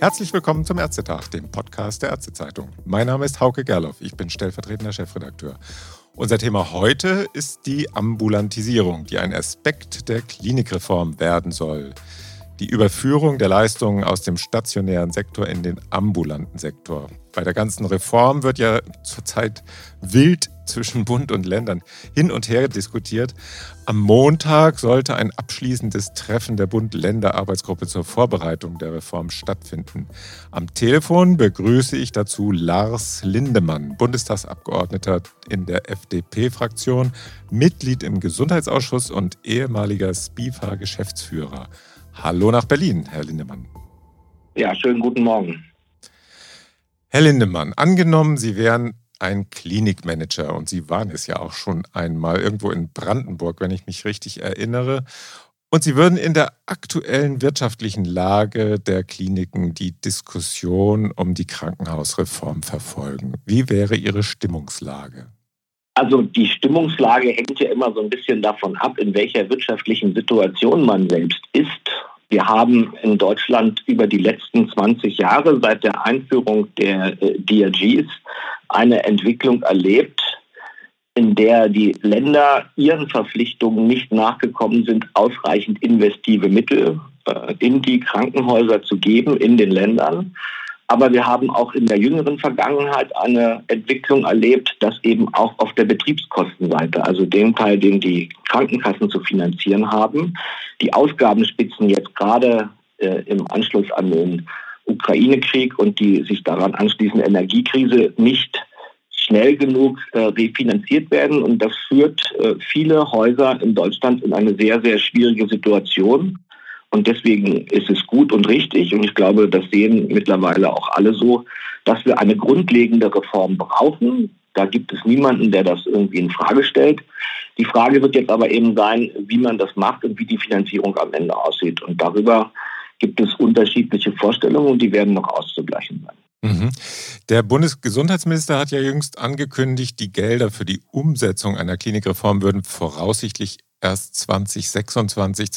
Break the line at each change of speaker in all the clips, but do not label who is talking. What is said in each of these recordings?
Herzlich willkommen zum Ärztetag, dem Podcast der Ärztezeitung. Mein Name ist Hauke Gerloff, ich bin stellvertretender Chefredakteur. Unser Thema heute ist die Ambulantisierung, die ein Aspekt der Klinikreform werden soll. Die Überführung der Leistungen aus dem stationären Sektor in den ambulanten Sektor. Bei der ganzen Reform wird ja zurzeit wild zwischen Bund und Ländern hin und her diskutiert. Am Montag sollte ein abschließendes Treffen der Bund-Länder-Arbeitsgruppe zur Vorbereitung der Reform stattfinden. Am Telefon begrüße ich dazu Lars Lindemann, Bundestagsabgeordneter in der FDP-Fraktion, Mitglied im Gesundheitsausschuss und ehemaliger SPIFA-Geschäftsführer. Hallo nach Berlin, Herr Lindemann.
Ja, schönen guten Morgen.
Herr Lindemann, angenommen, Sie wären ein Klinikmanager und Sie waren es ja auch schon einmal irgendwo in Brandenburg, wenn ich mich richtig erinnere. Und Sie würden in der aktuellen wirtschaftlichen Lage der Kliniken die Diskussion um die Krankenhausreform verfolgen. Wie wäre Ihre Stimmungslage?
Also die Stimmungslage hängt ja immer so ein bisschen davon ab, in welcher wirtschaftlichen Situation man selbst ist. Wir haben in Deutschland über die letzten 20 Jahre seit der Einführung der DRGs eine Entwicklung erlebt, in der die Länder ihren Verpflichtungen nicht nachgekommen sind, ausreichend investive Mittel in die Krankenhäuser zu geben in den Ländern. Aber wir haben auch in der jüngeren Vergangenheit eine Entwicklung erlebt, dass eben auch auf der Betriebskostenseite, also den Teil, den die Krankenkassen zu finanzieren haben, die Ausgabenspitzen jetzt gerade im Anschluss an den Ukraine-Krieg und die sich daran anschließende Energiekrise nicht schnell genug refinanziert werden. Und das führt viele Häuser in Deutschland in eine sehr, sehr schwierige Situation. Und deswegen ist es gut und richtig, und ich glaube, das sehen mittlerweile auch alle so, dass wir eine grundlegende Reform brauchen. Da gibt es niemanden, der das irgendwie in Frage stellt. Die Frage wird jetzt aber eben sein, wie man das macht und wie die Finanzierung am Ende aussieht. Und darüber gibt es unterschiedliche Vorstellungen und die werden noch auszugleichen sein.
Mhm. Der Bundesgesundheitsminister hat ja jüngst angekündigt, die Gelder für die Umsetzung einer Klinikreform würden voraussichtlich erst 2026,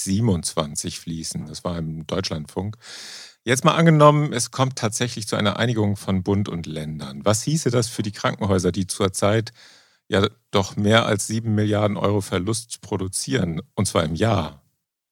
2027 fließen. Das war im Deutschlandfunk. Jetzt mal angenommen, es kommt tatsächlich zu einer Einigung von Bund und Ländern. Was hieße das für die Krankenhäuser, die zurzeit ja doch mehr als 7 Milliarden Euro Verlust produzieren, und zwar im Jahr?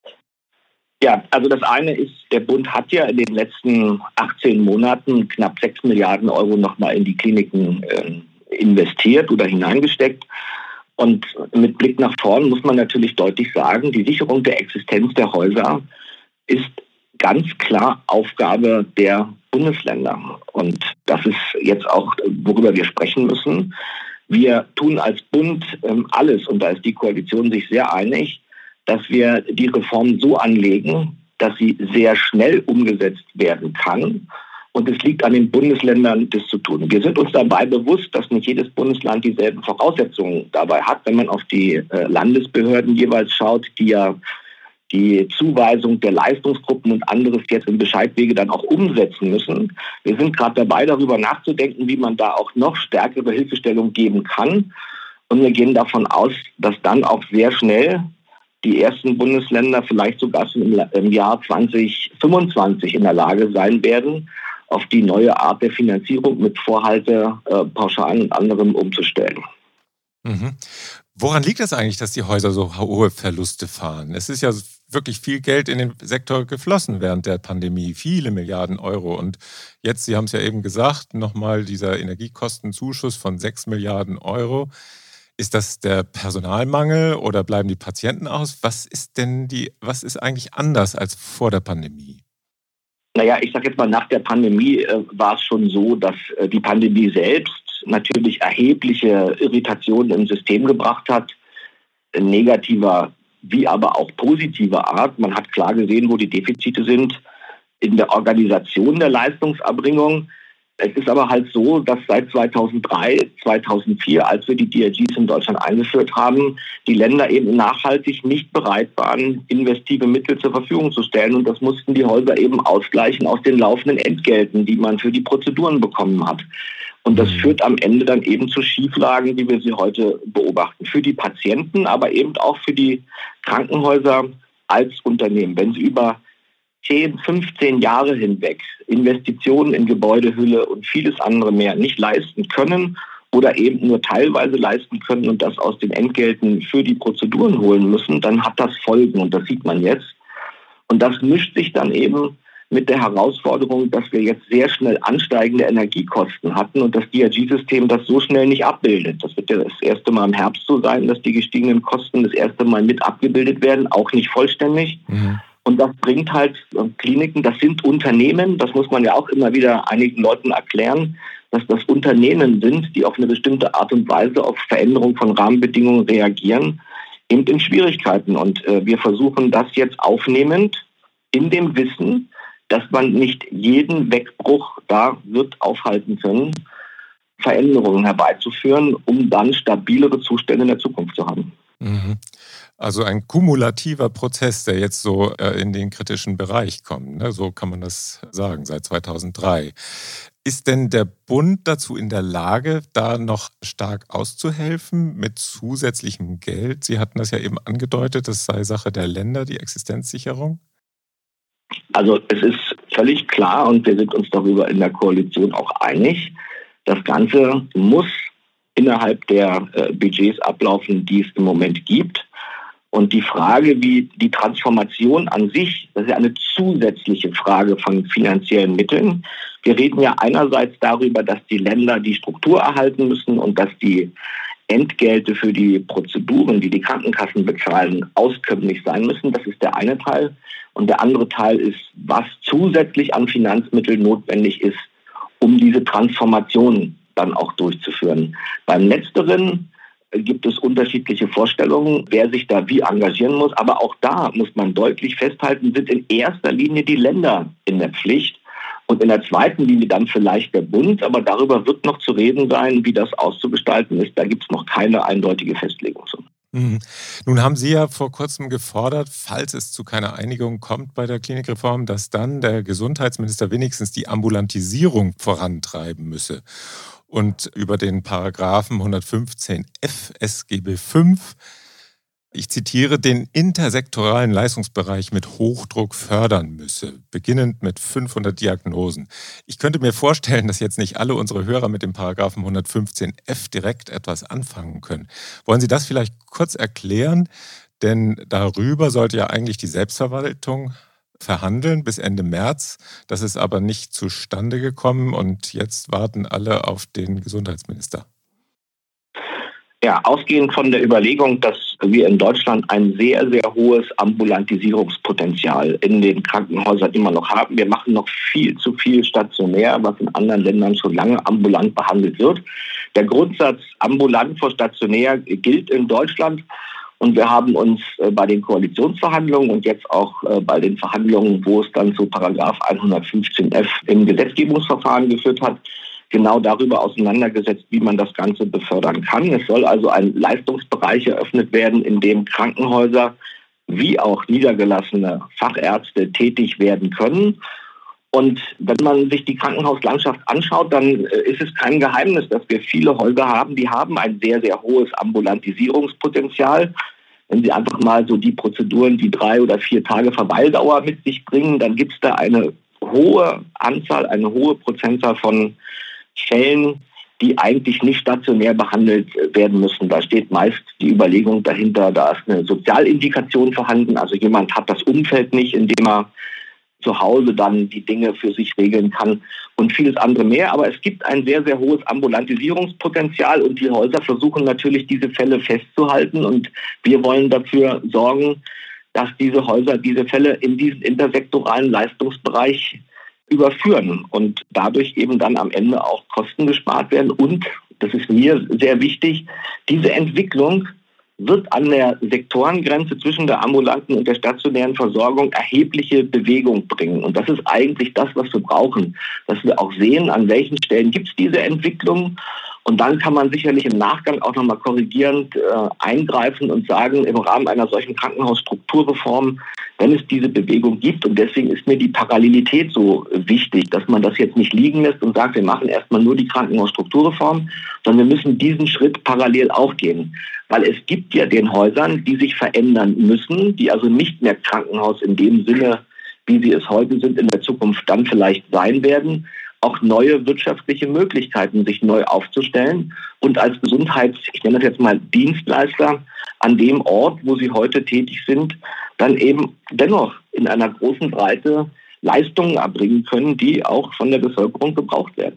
Ja, also das eine ist, der Bund hat ja in den letzten 18 Monaten knapp 6 Milliarden Euro nochmal in die Kliniken investiert oder hineingesteckt. Und mit Blick nach vorn muss man natürlich deutlich sagen, die Sicherung der Existenz der Häuser ist ganz klar Aufgabe der Bundesländer. Und das ist jetzt auch, worüber wir sprechen müssen. Wir tun als Bund alles, und da ist die Koalition sich sehr einig, dass wir die Reform so anlegen, dass sie sehr schnell umgesetzt werden kann. Und es liegt an den Bundesländern, das zu tun. Wir sind uns dabei bewusst, dass nicht jedes Bundesland dieselben Voraussetzungen dabei hat. Wenn man auf die Landesbehörden jeweils schaut, die ja die Zuweisung der Leistungsgruppen und anderes jetzt im Bescheidwege dann auch umsetzen müssen. Wir sind gerade dabei, darüber nachzudenken, wie man da auch noch stärkere Hilfestellung geben kann. Und wir gehen davon aus, dass dann auch sehr schnell die ersten Bundesländer vielleicht sogar schon im Jahr 2025 in der Lage sein werden, auf die neue Art der Finanzierung mit Vorhalte, Pauschalen und anderem umzustellen.
Mhm. Woran liegt das eigentlich, dass die Häuser so hohe Verluste fahren? Es ist ja wirklich viel Geld in den Sektor geflossen während der Pandemie, viele Milliarden Euro. Und jetzt, Sie haben es ja eben gesagt, nochmal dieser Energiekostenzuschuss von 6 Milliarden Euro. Ist das der Personalmangel oder bleiben die Patienten aus? Was ist eigentlich anders als vor der Pandemie?
Naja, ich sage jetzt mal, nach der Pandemie war es schon so, dass die Pandemie selbst natürlich erhebliche Irritationen im System gebracht hat, negativer wie aber auch positiver Art. Man hat klar gesehen, wo die Defizite sind in der Organisation der Leistungserbringung. Es ist aber halt so, dass seit 2003, 2004, als wir die DRGs in Deutschland eingeführt haben, die Länder eben nachhaltig nicht bereit waren, investive Mittel zur Verfügung zu stellen. Und das mussten die Häuser eben ausgleichen aus den laufenden Entgelten, die man für die Prozeduren bekommen hat. Und das führt am Ende dann eben zu Schieflagen, wie wir sie heute beobachten. Für die Patienten, aber eben auch für die Krankenhäuser als Unternehmen. Wenn sie über 10, 15 Jahre hinweg Investitionen in Gebäudehülle und vieles andere mehr nicht leisten können oder eben nur teilweise leisten können und das aus den Entgelten für die Prozeduren holen müssen, dann hat das Folgen und das sieht man jetzt. Und das mischt sich dann eben mit der Herausforderung, dass wir jetzt sehr schnell ansteigende Energiekosten hatten und das DRG-System das so schnell nicht abbildet. Das wird ja das erste Mal im Herbst so sein, dass die gestiegenen Kosten das erste Mal mit abgebildet werden, auch nicht vollständig. Und das bringt halt Kliniken, das sind Unternehmen, das muss man ja auch immer wieder einigen Leuten erklären, dass das Unternehmen sind, die auf eine bestimmte Art und Weise auf Veränderung von Rahmenbedingungen reagieren, eben in Schwierigkeiten. Und wir versuchen das jetzt aufnehmend in dem Wissen, dass man nicht jeden Wegbruch da wird aufhalten können, Veränderungen herbeizuführen, um dann stabilere Zustände in der Zukunft zu haben.
Also ein kumulativer Prozess, der jetzt so in den kritischen Bereich kommt, ne? So kann man das sagen, seit 2003. Ist denn der Bund dazu in der Lage, da noch stark auszuhelfen mit zusätzlichem Geld? Sie hatten das ja eben angedeutet, das sei Sache der Länder, die Existenzsicherung.
Also es ist völlig klar und wir sind uns darüber in der Koalition auch einig, das Ganze muss innerhalb der Budgets ablaufen, die es im Moment gibt. Und die Frage, wie die Transformation an sich, das ist ja eine zusätzliche Frage von finanziellen Mitteln. Wir reden ja einerseits darüber, dass die Länder die Struktur erhalten müssen und dass die Entgelte für die Prozeduren, die die Krankenkassen bezahlen, auskömmlich sein müssen. Das ist der eine Teil. Und der andere Teil ist, was zusätzlich an Finanzmitteln notwendig ist, um diese Transformation dann auch durchzuführen. Beim Letzteren gibt es unterschiedliche Vorstellungen, wer sich da wie engagieren muss. Aber auch da muss man deutlich festhalten, sind in erster Linie die Länder in der Pflicht und in der zweiten Linie dann vielleicht der Bund. Aber darüber wird noch zu reden sein, wie das auszugestalten ist. Da gibt es noch keine eindeutige Festlegung zu.
Nun haben Sie ja vor kurzem gefordert, falls es zu keiner Einigung kommt bei der Klinikreform, dass dann der Gesundheitsminister wenigstens die Ambulantisierung vorantreiben müsse. Und über den Paragraphen 115f SGB V, ich zitiere, den intersektoralen Leistungsbereich mit Hochdruck fördern müsse, beginnend mit 500 Diagnosen. Ich könnte mir vorstellen, dass jetzt nicht alle unsere Hörer mit dem Paragraphen 115f direkt etwas anfangen können. Wollen Sie das vielleicht kurz erklären? Denn darüber sollte ja eigentlich die Selbstverwaltung verhandeln bis Ende März. Das ist aber nicht zustande gekommen und jetzt warten alle auf den Gesundheitsminister.
Ja, ausgehend von der Überlegung, dass wir in Deutschland ein sehr, sehr hohes Ambulantisierungspotenzial in den Krankenhäusern immer noch haben. Wir machen noch viel zu viel stationär, was in anderen Ländern schon lange ambulant behandelt wird. Der Grundsatz ambulant vor stationär gilt in Deutschland. Und wir haben uns bei den Koalitionsverhandlungen und jetzt auch bei den Verhandlungen, wo es dann zu Paragraph 115f im Gesetzgebungsverfahren geführt hat, genau darüber auseinandergesetzt, wie man das Ganze befördern kann. Es soll also ein Leistungsbereich eröffnet werden, in dem Krankenhäuser wie auch niedergelassene Fachärzte tätig werden können. Und wenn man sich die Krankenhauslandschaft anschaut, dann ist es kein Geheimnis, dass wir viele Häuser haben, die haben ein sehr, sehr hohes Ambulantisierungspotenzial. Wenn Sie einfach mal so die Prozeduren, die 3 oder 4 Tage Verweildauer mit sich bringen, dann gibt es da eine hohe Anzahl, eine hohe Prozentzahl von Fällen, die eigentlich nicht stationär behandelt werden müssen. Da steht meist die Überlegung dahinter, da ist eine Sozialindikation vorhanden. Also jemand hat das Umfeld nicht, in dem er zu Hause dann die Dinge für sich regeln kann und vieles andere mehr. Aber es gibt ein sehr, sehr hohes Ambulantisierungspotenzial und die Häuser versuchen natürlich, diese Fälle festzuhalten. Und wir wollen dafür sorgen, dass diese Häuser diese Fälle in diesen intersektoralen Leistungsbereich überführen und dadurch eben dann am Ende auch Kosten gespart werden. Und, das ist mir sehr wichtig, diese Entwicklung wird an der Sektorengrenze zwischen der ambulanten und der stationären Versorgung erhebliche Bewegung bringen. Und das ist eigentlich das, was wir brauchen, dass wir auch sehen, an welchen Stellen gibt es diese Entwicklung. Und dann kann man sicherlich im Nachgang auch nochmal korrigierend eingreifen und sagen, im Rahmen einer solchen Krankenhausstrukturreform, wenn es diese Bewegung gibt, und deswegen ist mir die Parallelität so wichtig, dass man das jetzt nicht liegen lässt und sagt, wir machen erstmal nur die Krankenhausstrukturreform, sondern wir müssen diesen Schritt parallel auch gehen. Weil es gibt ja den Häusern, die sich verändern müssen, die also nicht mehr Krankenhaus in dem Sinne, wie sie es heute sind, in der Zukunft dann vielleicht sein werden, auch neue wirtschaftliche Möglichkeiten, sich neu aufzustellen und als ich nenne das jetzt mal Dienstleister, an dem Ort, wo sie heute tätig sind, dann eben dennoch in einer großen Breite Leistungen erbringen können, die auch von der Bevölkerung gebraucht werden.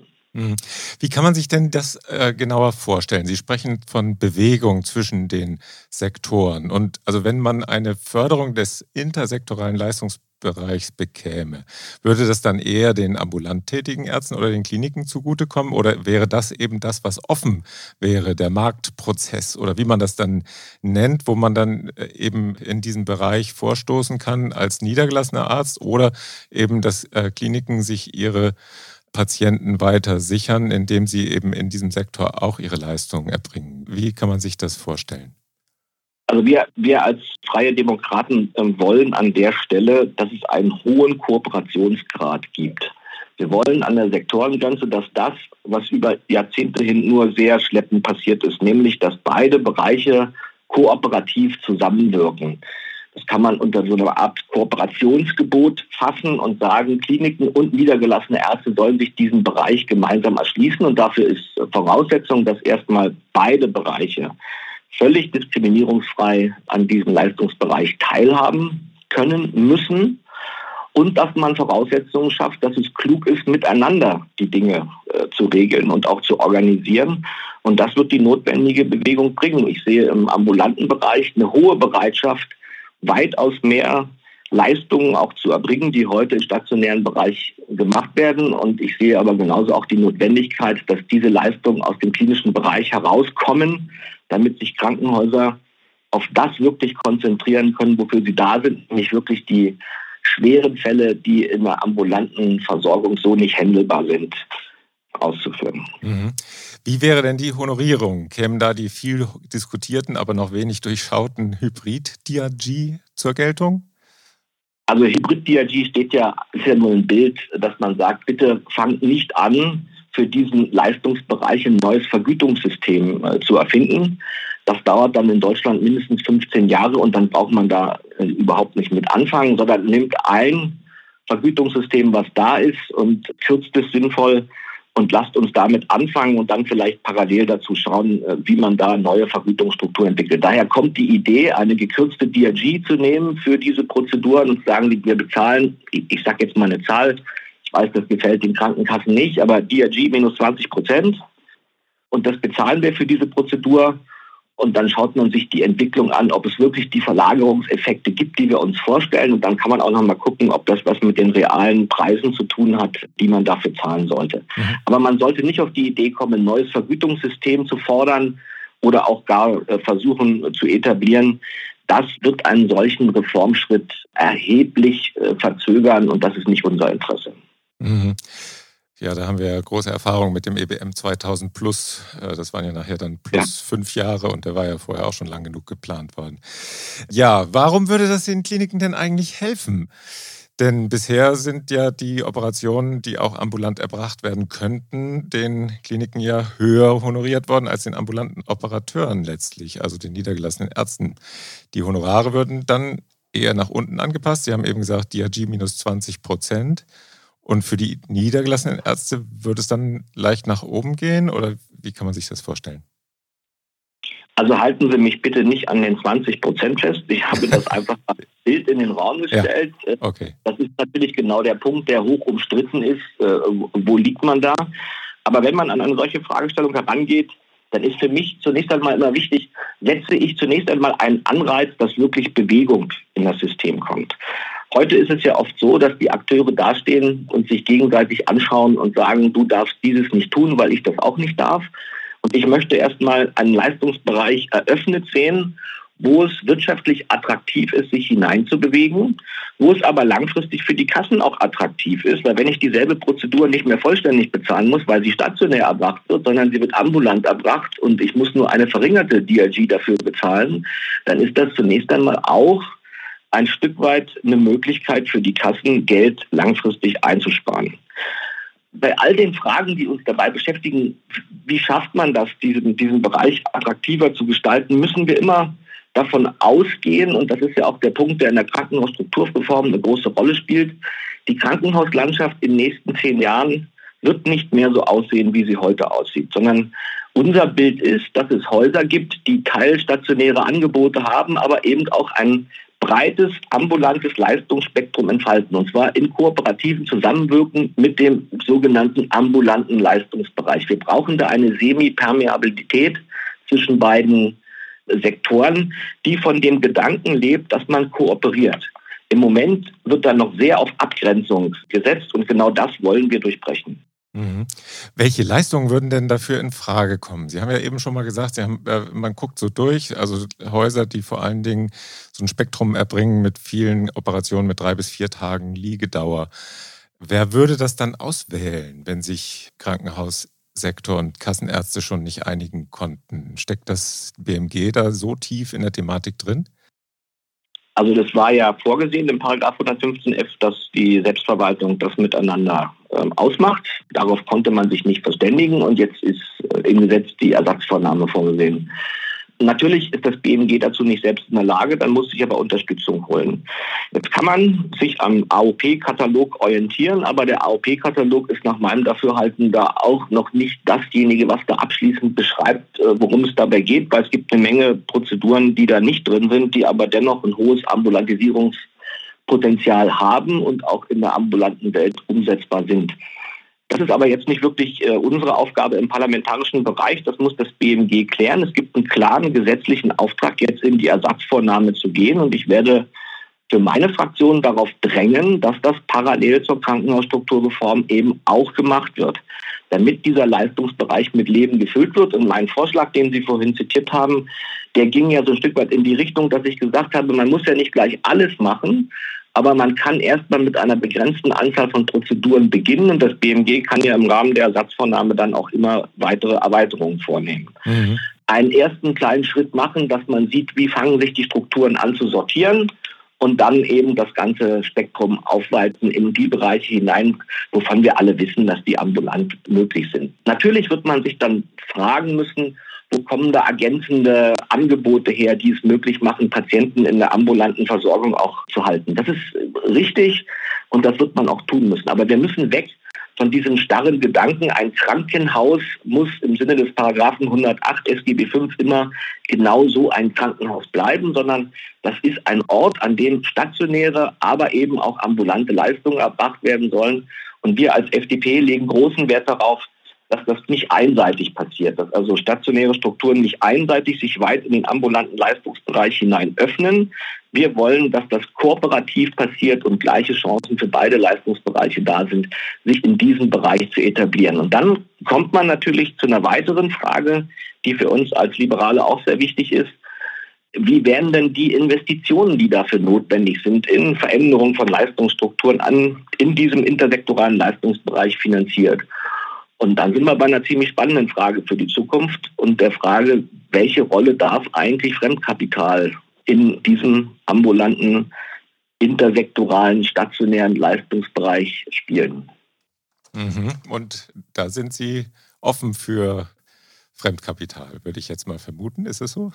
Wie kann man sich denn das genauer vorstellen? Sie sprechen von Bewegung zwischen den Sektoren. Und also wenn man eine Förderung des intersektoralen Leistungsbereichs bekäme, würde das dann eher den ambulant tätigen Ärzten oder den Kliniken zugutekommen? Oder wäre das eben das, was offen wäre, der Marktprozess oder wie man das dann nennt, wo man dann eben in diesen Bereich vorstoßen kann als niedergelassener Arzt oder eben, dass Kliniken sich ihre Patienten weiter sichern, indem sie eben in diesem Sektor auch ihre Leistungen erbringen. Wie kann man sich das vorstellen?
Also wir als Freie Demokraten wollen an der Stelle, dass es einen hohen Kooperationsgrad gibt. Wir wollen an der Sektorengrenze, dass das, was über Jahrzehnte hin nur sehr schleppend passiert ist, nämlich dass beide Bereiche kooperativ zusammenwirken. Das kann man unter so einer Art Kooperationsgebot fassen und sagen, Kliniken und niedergelassene Ärzte sollen sich diesen Bereich gemeinsam erschließen. Und dafür ist Voraussetzung, dass erstmal beide Bereiche völlig diskriminierungsfrei an diesem Leistungsbereich teilhaben können, müssen. Und dass man Voraussetzungen schafft, dass es klug ist, miteinander die Dinge zu regeln und auch zu organisieren. Und das wird die notwendige Bewegung bringen. Ich sehe im ambulanten Bereich eine hohe Bereitschaft, weitaus mehr Leistungen auch zu erbringen, die heute im stationären Bereich gemacht werden. Und ich sehe aber genauso auch die Notwendigkeit, dass diese Leistungen aus dem klinischen Bereich herauskommen, damit sich Krankenhäuser auf das wirklich konzentrieren können, wofür sie da sind, nämlich wirklich die schweren Fälle, die in der ambulanten Versorgung so nicht händelbar sind, auszuführen.
Wie wäre denn die Honorierung? Kämen da die viel diskutierten, aber noch wenig durchschauten Hybrid-DRG zur Geltung?
Also Hybrid-DRG ist ja nur ein Bild, dass man sagt, bitte fangt nicht an, für diesen Leistungsbereich ein neues Vergütungssystem zu erfinden. Das dauert dann in Deutschland mindestens 15 Jahre und dann braucht man da überhaupt nicht mit anfangen, sondern nimmt ein Vergütungssystem, was da ist und kürzt es sinnvoll und lasst uns damit anfangen und dann vielleicht parallel dazu schauen, wie man da neue Vergütungsstrukturen entwickelt. Daher kommt die Idee, eine gekürzte DRG zu nehmen für diese Prozeduren und zu sagen, wir bezahlen, ich sage jetzt mal eine Zahl, ich weiß, das gefällt den Krankenkassen nicht, aber DRG minus 20%. Und das bezahlen wir für diese Prozedur. Und dann schaut man sich die Entwicklung an, ob es wirklich die Verlagerungseffekte gibt, die wir uns vorstellen. Und dann kann man auch noch mal gucken, ob das was mit den realen Preisen zu tun hat, die man dafür zahlen sollte. Aber man sollte nicht auf die Idee kommen, ein neues Vergütungssystem zu fordern oder auch gar versuchen zu etablieren. Das wird einen solchen Reformschritt erheblich verzögern und das ist nicht unser Interesse.
Ja, da haben wir große Erfahrung mit dem EBM 2000 Plus. Das waren ja nachher dann plus 5 Jahre und der war ja vorher auch schon lang genug geplant worden. Ja, warum würde das den Kliniken denn eigentlich helfen? Denn bisher sind ja die Operationen, die auch ambulant erbracht werden könnten, den Kliniken ja höher honoriert worden als den ambulanten Operateuren letztlich, also den niedergelassenen Ärzten. Die Honorare würden dann eher nach unten angepasst. Sie haben eben gesagt, DRG minus 20%. Und für die niedergelassenen Ärzte wird es dann leicht nach oben gehen oder wie kann man sich das vorstellen?
Also halten Sie mich bitte nicht an den 20% fest. Ich habe das einfach als Bild in den Raum gestellt. Ja,
okay.
Das ist natürlich genau der Punkt, der hoch umstritten ist. Wo liegt man da? Aber wenn man an eine solche Fragestellung herangeht, dann ist für mich zunächst einmal immer wichtig, setze ich zunächst einmal einen Anreiz, dass wirklich Bewegung in das System kommt. Heute ist es ja oft so, dass die Akteure dastehen und sich gegenseitig anschauen und sagen, du darfst dieses nicht tun, weil ich das auch nicht darf. Und ich möchte erstmal einen Leistungsbereich eröffnet sehen, wo es wirtschaftlich attraktiv ist, sich hineinzubewegen, wo es aber langfristig für die Kassen auch attraktiv ist, weil wenn ich dieselbe Prozedur nicht mehr vollständig bezahlen muss, weil sie stationär erbracht wird, sondern sie wird ambulant erbracht und ich muss nur eine verringerte DRG dafür bezahlen, dann ist das zunächst einmal auch ein Stück weit eine Möglichkeit für die Kassen, Geld langfristig einzusparen. Bei all den Fragen, die uns dabei beschäftigen, wie schafft man das, diesen Bereich attraktiver zu gestalten, müssen wir immer davon ausgehen, und das ist ja auch der Punkt, der in der Krankenhausstrukturreform eine große Rolle spielt, die Krankenhauslandschaft in den nächsten 10 Jahren wird nicht mehr so aussehen, wie sie heute aussieht, sondern unser Bild ist, dass es Häuser gibt, die teilstationäre Angebote haben, aber eben auch ein breites, ambulantes Leistungsspektrum entfalten, und zwar in kooperativen Zusammenwirken mit dem sogenannten ambulanten Leistungsbereich. Wir brauchen da eine Semipermeabilität zwischen beiden Sektoren, die von dem Gedanken lebt, dass man kooperiert. Im Moment wird da noch sehr auf Abgrenzung gesetzt, und genau das wollen wir durchbrechen.
Mhm. Welche Leistungen würden denn dafür in Frage kommen? Sie haben ja eben schon mal gesagt, man guckt so durch, also Häuser, die vor allen Dingen so ein Spektrum erbringen mit vielen Operationen mit 3 bis 4 Tagen Liegedauer. Wer würde das dann auswählen, wenn sich Krankenhaussektor und Kassenärzte schon nicht einigen konnten? Steckt das BMG da so tief in der Thematik drin?
Also das war ja vorgesehen im Paragraph 115f, dass die Selbstverwaltung das miteinander ausmacht. Darauf konnte man sich nicht verständigen, und jetzt ist im Gesetz die Ersatzvornahme vorgesehen. Natürlich ist das BMG dazu nicht selbst in der Lage, dann muss sich aber Unterstützung holen. Jetzt kann man sich am AOP-Katalog orientieren, aber der AOP-Katalog ist nach meinem Dafürhalten da auch noch nicht dasjenige, was da abschließend beschreibt, worum es dabei geht, weil es gibt eine Menge Prozeduren, die da nicht drin sind, die aber dennoch ein hohes Ambulantisierungspotenzial haben und auch in der ambulanten Welt umsetzbar sind. Das ist aber jetzt nicht wirklich unsere Aufgabe im parlamentarischen Bereich. Das muss das BMG klären. Es gibt einen klaren gesetzlichen Auftrag, jetzt in die Ersatzvornahme zu gehen. Und ich werde für meine Fraktion darauf drängen, dass das parallel zur Krankenhausstrukturreform eben auch gemacht wird, damit dieser Leistungsbereich mit Leben gefüllt wird. Und mein Vorschlag, den Sie vorhin zitiert haben, der ging ja so ein Stück weit in die Richtung, dass ich gesagt habe, man muss ja nicht gleich alles machen, aber man kann erstmal mit einer begrenzten Anzahl von Prozeduren beginnen, und das BMG kann ja im Rahmen der Ersatzvornahme dann auch immer weitere Erweiterungen vornehmen. Mhm. Einen ersten kleinen Schritt machen, dass man sieht, wie fangen sich die Strukturen an zu sortieren, und dann eben das ganze Spektrum aufweiten in die Bereiche hinein, wovon wir alle wissen, dass die ambulant möglich sind. Natürlich wird man sich dann fragen müssen, wo kommen da ergänzende Angebote her, die es möglich machen, Patienten in der ambulanten Versorgung auch zu halten. Das ist richtig, und das wird man auch tun müssen. Aber wir müssen weg von diesem starren Gedanken, ein Krankenhaus muss im Sinne des Paragraphen 108 SGB V immer genau so ein Krankenhaus bleiben, sondern das ist ein Ort, an dem stationäre, aber eben auch ambulante Leistungen erbracht werden sollen. Und wir als FDP legen großen Wert darauf, dass das nicht einseitig passiert, dass also stationäre Strukturen nicht einseitig sich weit in den ambulanten Leistungsbereich hinein öffnen. Wir wollen, dass das kooperativ passiert und gleiche Chancen für beide Leistungsbereiche da sind, sich in diesem Bereich zu etablieren. Und dann kommt man natürlich zu einer weiteren Frage, die für uns als Liberale auch sehr wichtig ist. Wie werden denn die Investitionen, die dafür notwendig sind, in Veränderung von Leistungsstrukturen in diesem intersektoralen Leistungsbereich finanziert? Und dann sind wir bei einer ziemlich spannenden Frage für die Zukunft und der Frage, welche Rolle darf eigentlich Fremdkapital in diesem ambulanten, intersektoralen, stationären Leistungsbereich spielen?
Mhm. Und da sind Sie offen für Fremdkapital, würde ich jetzt mal vermuten. Ist es so?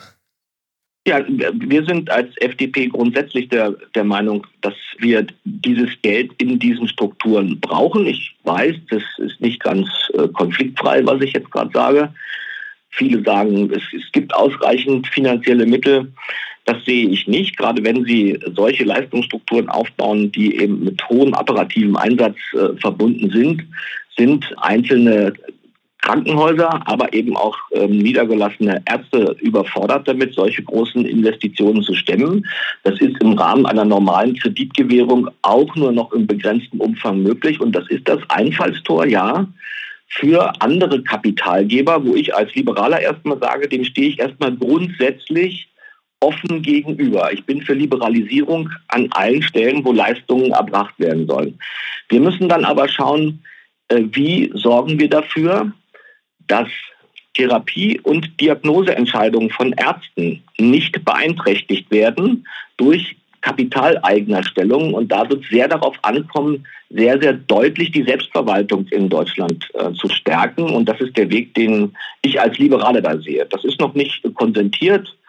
Ja, wir sind als FDP grundsätzlich der Meinung, dass wir dieses Geld in diesen Strukturen brauchen. Ich weiß, das ist nicht ganz konfliktfrei, was ich jetzt gerade sage. Viele sagen, es gibt ausreichend finanzielle Mittel. Das sehe ich nicht. Gerade wenn Sie solche Leistungsstrukturen aufbauen, die eben mit hohem operativem Einsatz verbunden sind einzelne Krankenhäuser, aber eben auch niedergelassene Ärzte überfordert damit, solche großen Investitionen zu stemmen. Das ist im Rahmen einer normalen Kreditgewährung auch nur noch im begrenzten Umfang möglich. Und das ist das Einfallstor, ja, für andere Kapitalgeber, wo ich als Liberaler erstmal sage, dem stehe ich erstmal grundsätzlich offen gegenüber. Ich bin für Liberalisierung an allen Stellen, wo Leistungen erbracht werden sollen. Wir müssen dann aber schauen, wie sorgen wir dafür, dass Therapie- und Diagnoseentscheidungen von Ärzten nicht beeinträchtigt werden durch Kapitaleignerstellungen. Und da wird sehr darauf ankommen, sehr, sehr deutlich die Selbstverwaltung in Deutschland zu stärken. Und das ist der Weg, den ich als Liberaler da sehe. Das ist noch nicht konsentiert.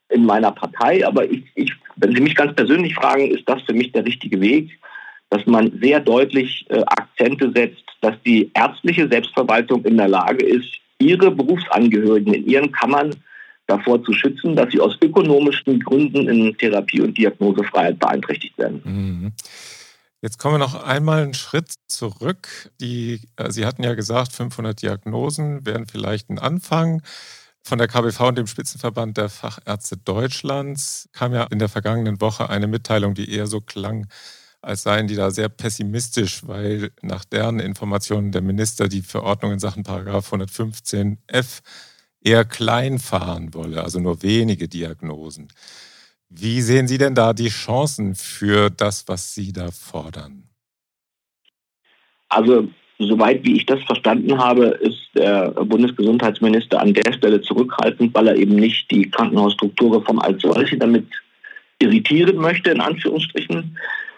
in meiner Partei, aber wenn Sie mich ganz persönlich fragen, ist das für mich der richtige Weg, dass man sehr deutlich Akzente setzt, dass die ärztliche Selbstverwaltung in der Lage ist, ihre Berufsangehörigen in ihren Kammern davor zu schützen, dass sie aus ökonomischen Gründen in Therapie- und Diagnosefreiheit beeinträchtigt werden.
Mhm. Jetzt kommen wir noch einmal einen Schritt zurück. Sie hatten ja gesagt, 500 Diagnosen wären vielleicht ein Anfang. Von der KBV und dem Spitzenverband der Fachärzte Deutschlands kam ja in der vergangenen Woche eine Mitteilung, die eher so klang, als seien die da sehr pessimistisch, weil nach deren Informationen der Minister die Verordnung in Sachen Paragraph 115f eher klein fahren wolle, also nur wenige Diagnosen. Wie sehen Sie denn da die Chancen für das, was Sie da fordern?
Also, soweit wie ich das verstanden habe, ist der Bundesgesundheitsminister an der Stelle zurückhaltend, weil er eben nicht die Krankenhausstrukturreform als solche damit irritieren möchte, in Anführungsstrichen.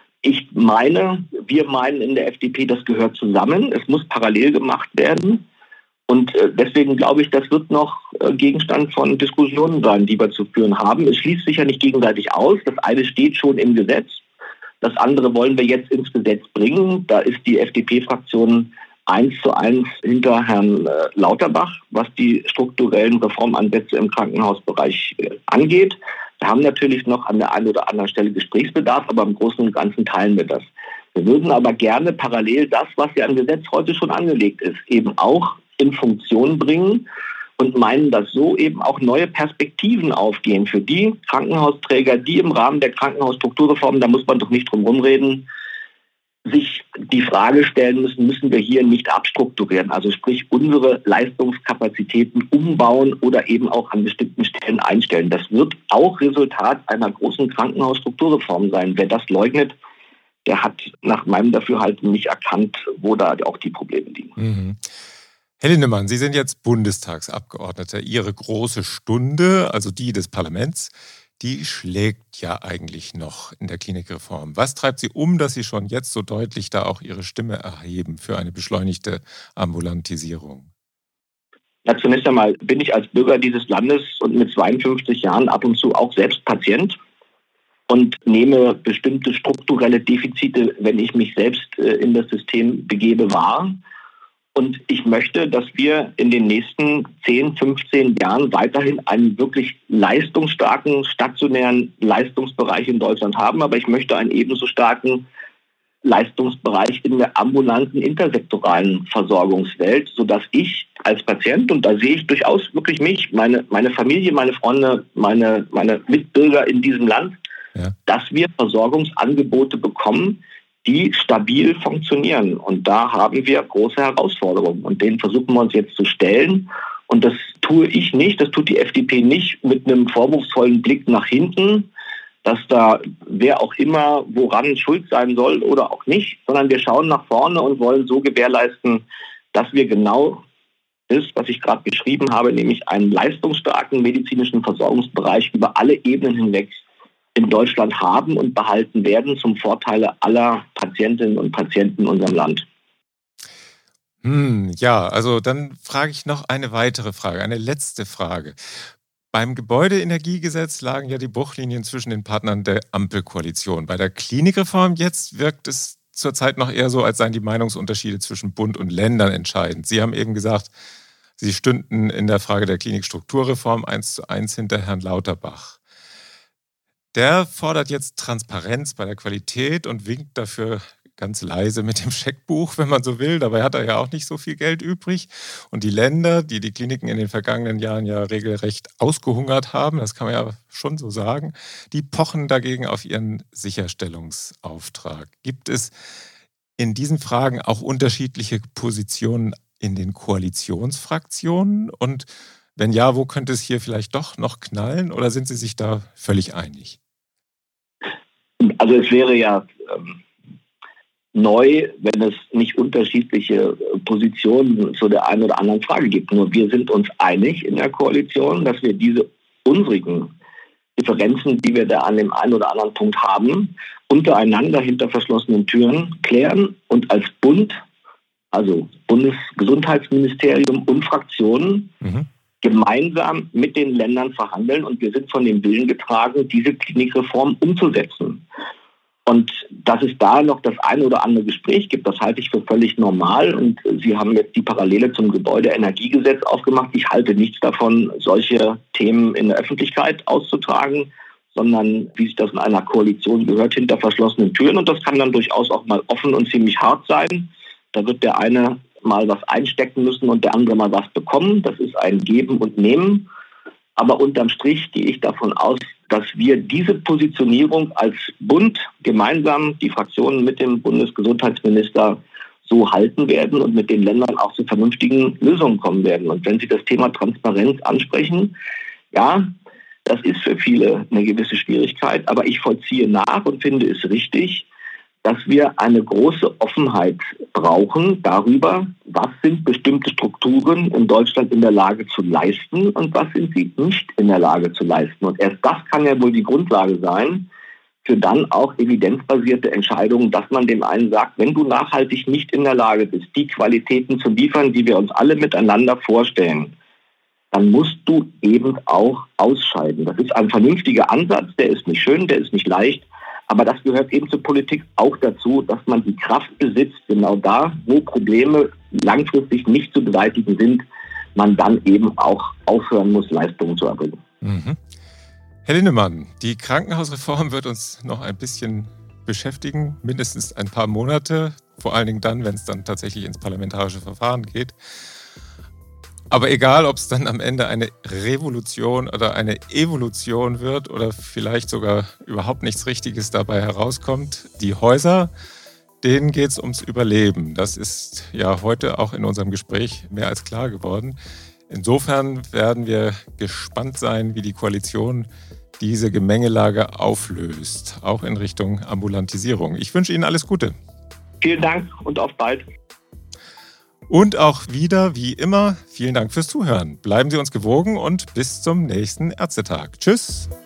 Wir meinen in der FDP, das gehört zusammen. Es muss parallel gemacht werden. Und deswegen glaube ich, das wird noch Gegenstand von Diskussionen sein, die wir zu führen haben. Es schließt sich ja nicht gegenseitig aus. Das eine steht schon im Gesetz. Das andere wollen wir jetzt ins Gesetz bringen. Da ist die FDP-Fraktion 1:1 hinter Herrn Lauterbach, was die strukturellen Reformansätze im Krankenhausbereich angeht. Wir haben natürlich noch an der einen oder anderen Stelle Gesprächsbedarf, aber im Großen und Ganzen teilen wir das. Wir würden aber gerne parallel das, was ja im Gesetz heute schon angelegt ist, eben auch in Funktion bringen und meinen, dass so eben auch neue Perspektiven aufgehen für die Krankenhausträger, die im Rahmen der Krankenhausstrukturreform, da muss man doch nicht drum rumreden, sich die Frage stellen müssen wir hier nicht abstrukturieren, also sprich unsere Leistungskapazitäten umbauen oder eben auch an bestimmten Stellen einstellen. Das wird auch Resultat einer großen Krankenhausstrukturreform sein. Wer das leugnet, der hat nach meinem Dafürhalten nicht erkannt, wo da auch die Probleme liegen.
Mhm. Herr Lindemann, Sie sind jetzt Bundestagsabgeordneter. Ihre große Stunde, also die des Parlaments, die schlägt ja eigentlich noch in der Klinikreform. Was treibt Sie um, dass Sie schon jetzt so deutlich da auch Ihre Stimme erheben für eine beschleunigte Ambulantisierung?
Ja, zunächst einmal bin ich als Bürger dieses Landes und mit 52 Jahren ab und zu auch selbst Patient und nehme bestimmte strukturelle Defizite, wenn ich mich selbst in das System begebe, wahr. Und ich möchte, dass wir in den nächsten 10, 15 Jahren weiterhin einen wirklich leistungsstarken, stationären Leistungsbereich in Deutschland haben. Aber ich möchte einen ebenso starken Leistungsbereich in der ambulanten, intersektoralen Versorgungswelt, sodass ich als Patient, und da sehe ich durchaus wirklich mich, meine Familie, meine Freunde, meine Mitbürger in diesem Land, dass wir Versorgungsangebote bekommen, die stabil funktionieren. Und da haben wir große Herausforderungen. Und denen versuchen wir uns jetzt zu stellen. Und das tue ich nicht, das tut die FDP nicht mit einem vorwurfsvollen Blick nach hinten, dass da wer auch immer woran schuld sein soll oder auch nicht, sondern wir schauen nach vorne und wollen so gewährleisten, dass wir genau das, was ich gerade beschrieben habe, nämlich einen leistungsstarken medizinischen Versorgungsbereich über alle Ebenen hinweg in Deutschland haben und behalten werden, zum Vorteile aller Patientinnen und Patienten in unserem Land.
Ja, also dann frage ich noch eine weitere Frage, eine letzte Frage. Beim Gebäudeenergiegesetz lagen ja die Bruchlinien zwischen den Partnern der Ampelkoalition. Bei der Klinikreform jetzt wirkt es zurzeit noch eher so, als seien die Meinungsunterschiede zwischen Bund und Ländern entscheidend. Sie haben eben gesagt, Sie stünden in der Frage der Klinikstrukturreform 1:1 hinter Herrn Lauterbach. Der fordert jetzt Transparenz bei der Qualität und winkt dafür ganz leise mit dem Scheckbuch, wenn man so will. Dabei hat er ja auch nicht so viel Geld übrig. Und die Länder, die die Kliniken in den vergangenen Jahren ja regelrecht ausgehungert haben, das kann man ja schon so sagen, die pochen dagegen auf ihren Sicherstellungsauftrag. Gibt es in diesen Fragen auch unterschiedliche Positionen in den Koalitionsfraktionen? Und wenn ja, wo könnte es hier vielleicht doch noch knallen? Oder sind Sie sich da völlig einig?
Also es wäre ja neu, wenn es nicht unterschiedliche Positionen zu der einen oder anderen Frage gibt. Nur wir sind uns einig in der Koalition, dass wir diese unsrigen Differenzen, die wir da an dem einen oder anderen Punkt haben, untereinander hinter verschlossenen Türen klären und als Bund, also Bundesgesundheitsministerium und Fraktionen, gemeinsam mit den Ländern verhandeln und wir sind von dem Willen getragen, diese Klinikreform umzusetzen. Und dass es da noch das eine oder andere Gespräch gibt, das halte ich für völlig normal. Und Sie haben jetzt die Parallele zum Gebäudeenergiegesetz aufgemacht. Ich halte nichts davon, solche Themen in der Öffentlichkeit auszutragen, sondern, wie sich das in einer Koalition gehört, hinter verschlossenen Türen. Und das kann dann durchaus auch mal offen und ziemlich hart sein. Da wird der eine mal was einstecken müssen und der andere mal was bekommen. Das ist ein Geben und Nehmen. Aber unterm Strich gehe ich davon aus, dass wir diese Positionierung als Bund gemeinsam, die Fraktionen mit dem Bundesgesundheitsminister, so halten werden und mit den Ländern auch zu vernünftigen Lösungen kommen werden. Und wenn Sie das Thema Transparenz ansprechen, ja, das ist für viele eine gewisse Schwierigkeit, aber ich vollziehe nach und finde es richtig, dass wir eine große Offenheit brauchen darüber, was sind bestimmte Strukturen in Deutschland in der Lage zu leisten und was sind sie nicht in der Lage zu leisten. Und erst das kann ja wohl die Grundlage sein für dann auch evidenzbasierte Entscheidungen, dass man dem einen sagt, wenn du nachhaltig nicht in der Lage bist, die Qualitäten zu liefern, die wir uns alle miteinander vorstellen, dann musst du eben auch ausscheiden. Das ist ein vernünftiger Ansatz, der ist nicht schön, der ist nicht leicht, aber das gehört eben zur Politik auch dazu, dass man die Kraft besitzt, genau da, wo Probleme langfristig nicht zu beseitigen sind, man dann eben auch aufhören muss, Leistungen zu erbringen.
Mhm. Herr Linnemann, die Krankenhausreform wird uns noch ein bisschen beschäftigen, mindestens ein paar Monate, vor allen Dingen dann, wenn es dann tatsächlich ins parlamentarische Verfahren geht. Aber egal, ob es dann am Ende eine Revolution oder eine Evolution wird oder vielleicht sogar überhaupt nichts Richtiges dabei herauskommt, die Häuser, denen geht es ums Überleben. Das ist ja heute auch in unserem Gespräch mehr als klar geworden. Insofern werden wir gespannt sein, wie die Koalition diese Gemengelage auflöst, auch in Richtung Ambulantisierung. Ich wünsche Ihnen alles Gute.
Vielen Dank und auf bald.
Und auch wieder, wie immer, vielen Dank fürs Zuhören. Bleiben Sie uns gewogen und bis zum nächsten Ärztetag. Tschüss.